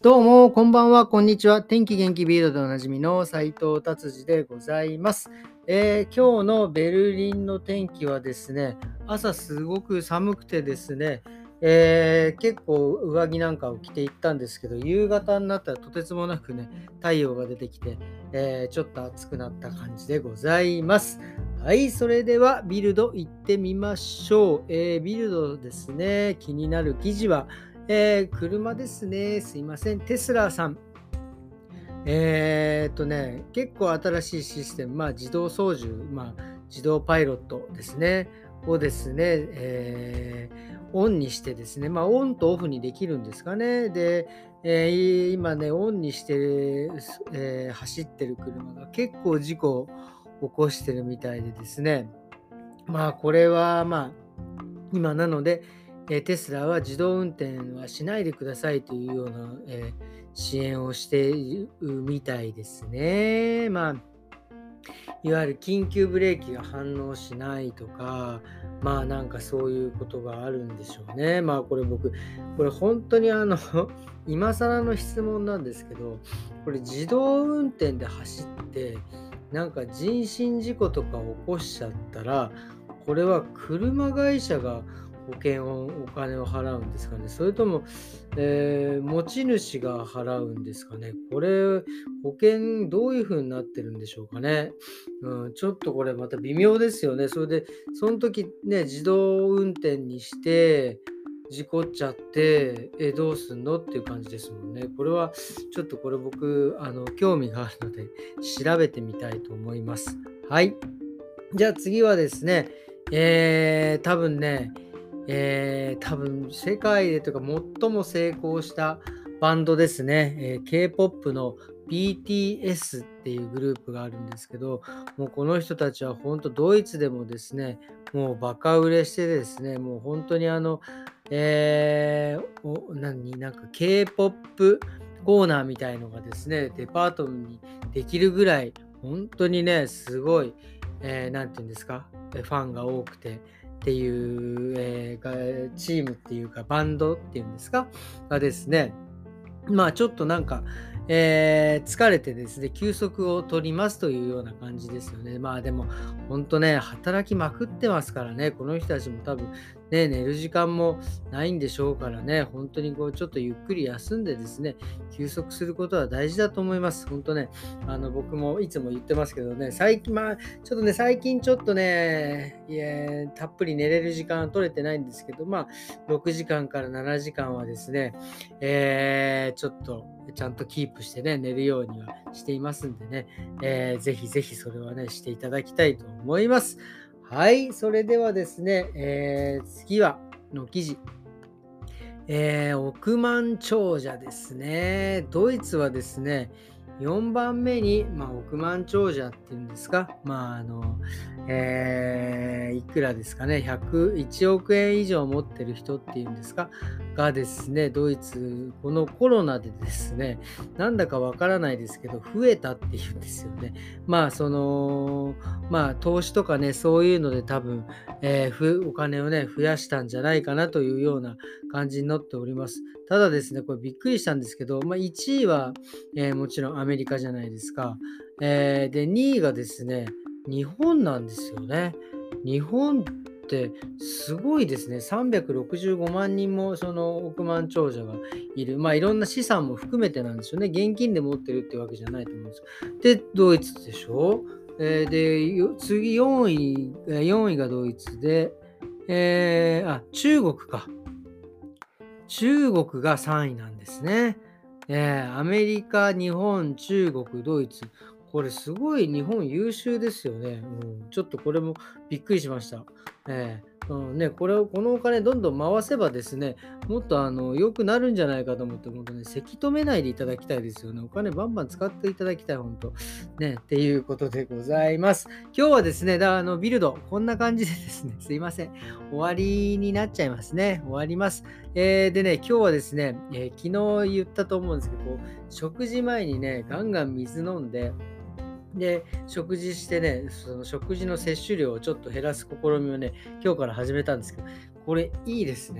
どうも、こんばんは、こんにちは。天気元気ビルドでおなじみの斉藤達治でございます。今日のベルリンの天気はですね、朝すごく寒くてですね、結構上着なんかを着ていったんですけど、夕方になったらとてつもなくね、太陽が出てきて、ちょっと暑くなった感じでございます。はい、それではビルド行ってみましょう。ビルドですね、気になる記事は、車ですね。すいません。テスラさん。結構新しいシステム、自動操縦、自動パイロットですね、をですね、オンにしてですね、オンとオフにできるんですかね。で、今ね、オンにして、走ってる車が結構事故を起こしてるみたいでですね、これは、今なので、テスラは自動運転はしないでくださいというような、支援をしているみたいですね。いわゆる緊急ブレーキが反応しないとか、なんかそういうことがあるんでしょうね。これ本当に今更の質問なんですけど、これ自動運転で走って、なんか人身事故とか起こしちゃったら、これは車会社がお金を払うんですかね。それとも、持ち主が払うんですかね。これ、保険どういう風になってるんでしょうかね。ちょっとこれまた微妙ですよね。それで、その時ね、自動運転にして事故っちゃって、どうすんのっていう感じですもんね。これはちょっとこれ僕、興味があるので調べてみたいと思います。はい。じゃあ次はですね、多分ね、多分世界でというか最も成功したバンドですね。K-POP の BTS っていうグループがあるんですけど、もうこの人たちは本当ドイツでもですね、もうバカ売れしてですね、もう本当になんか K-POP コーナーみたいのがですね、デパートにできるぐらい、本当にね、すごい、なんていうんですか、ファンが多くてっていう、チームっていうかバンドっていうんですかがですね、ちょっとなんか、疲れてですね、休息を取りますというような感じですよね。でも、ほんとね、働きまくってますからね、この人たちも多分ね、寝る時間もないんでしょうからね、本当にこうちょっとゆっくり休んでですね、休息することは大事だと思います。本当ね、僕もいつも言ってますけどね、最近ちょっとね、たっぷり寝れる時間取れてないんですけど、6時間から7時間はですね、ちょっとちゃんとキープしてね、寝るようにはしていますんでね、ぜひぜひそれはね、していただきたいと思います。はい、それではですね、次の記事。億万長者ですね。ドイツはですね、4番目に、億万長者っていうんですか、いくらですかね、101億円以上持ってる人っていうんですか、がですね、ドイツ、このコロナでですね、なんだかわからないですけど、増えたっていうんですよね。投資とかね、そういうので多分、お金をね、増やしたんじゃないかなというような感じになっております。ただですね、これびっくりしたんですけど、1位は、もちろんアメリカじゃないですか。で、2位がですね、日本なんですよね。日本ってすごいですね。365万人もその億万長者がいる。いろんな資産も含めてなんですよね。現金で持ってるってわけじゃないと思うんです。で、ドイツでしょ。次4位がドイツで、中国か。中国が3位なんですね。アメリカ、日本、中国、ドイツ。これすごい日本優秀ですよね。ちょっとこれもびっくりしました。このお金どんどん回せばですね、もっと良くなるんじゃないかと思って、本当ね、せき止めないでいただきたいですよね。お金バンバン使っていただきたい、本当。ね、っていうことでございます。今日はですね、ビルド、こんな感じでですね、すいません。終わりになっちゃいますね。終わります。でね、今日はですね、昨日言ったと思うんですけど、食事前にね、ガンガン水飲んで、で、食事してね、その食事の摂取量をちょっと減らす試みをね、今日から始めたんですけど、これいいですね。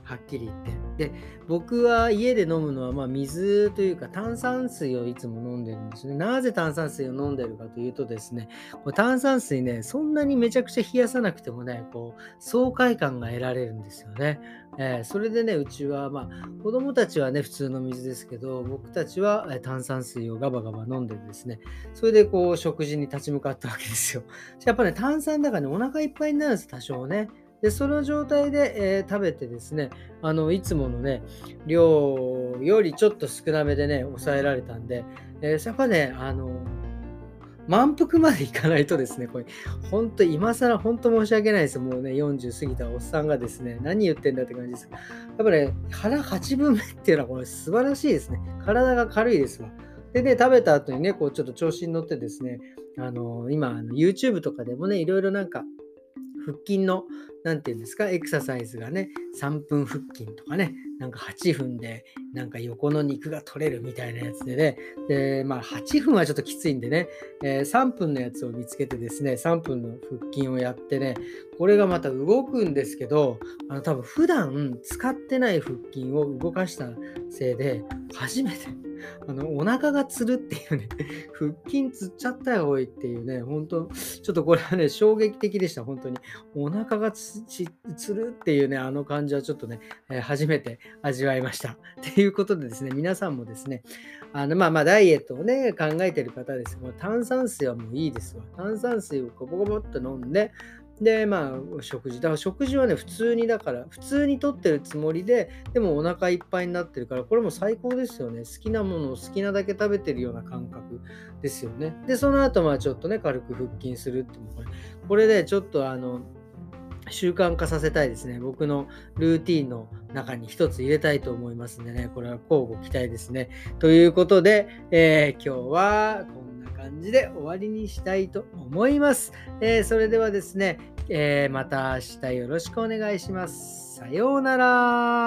はっきり言って。で、僕は家で飲むのは、水というか炭酸水をいつも飲んでるんですね。なぜ炭酸水を飲んでるかというとですね、炭酸水ね、そんなにめちゃくちゃ冷やさなくてもね、爽快感が得られるんですよね。それでね、うちは、子供たちはね、普通の水ですけど、僕たちは炭酸水をガバガバ飲んでですね、それで食事に立ち向かったわけですよ。やっぱね、炭酸だからね、お腹いっぱいになるんです、多少ね。で、その状態で、食べてですね、いつものね、量よりちょっと少なめでね、抑えられたんで、やっぱね、満腹までいかないとですね、これ、ほんと今更ほんと申し訳ないです。もうね、40過ぎたおっさんがですね、何言ってんだって感じです。やっぱね、腹8分目っていうのはこれ素晴らしいですね。体が軽いですわ。でね、食べた後にね、ちょっと調子に乗ってですね、今、YouTube とかでもね、いろいろなんか腹筋の、なんていうんですか、エクササイズがね、3分腹筋とかね、なんか8分で、なんか横の肉が取れるみたいなやつでね、で、8分はちょっときついんでね、3分のやつを見つけてですね、3分の腹筋をやってね、これがまた動くんですけど、多分普段使ってない腹筋を動かしたせいで、初めて、お腹がつるっていうね、腹筋つっちゃったよ、おいっていうね、本当ちょっとこれはね、衝撃的でした、本当に。お腹がつるっていうね、あの感じはちょっとね、初めて味わいました。ということでですね、皆さんもですね、ダイエットをね、考えてる方ですもう炭酸水はもういいですわ。炭酸水をゴボゴボっと飲んで、で、食事。だから食事はね、普通にとってるつもりで、でもお腹いっぱいになってるから、これも最高ですよね。好きなものを好きなだけ食べてるような感覚ですよね。で、その後、ちょっとね、軽く腹筋するっていうのこれでちょっと習慣化させたいですね。僕のルーティーンの中に一つ入れたいと思いますんでね、これは交互期待ですね。ということで、今日はこんな感じで終わりにしたいと思います。それではですね、また明日よろしくお願いします。さようなら。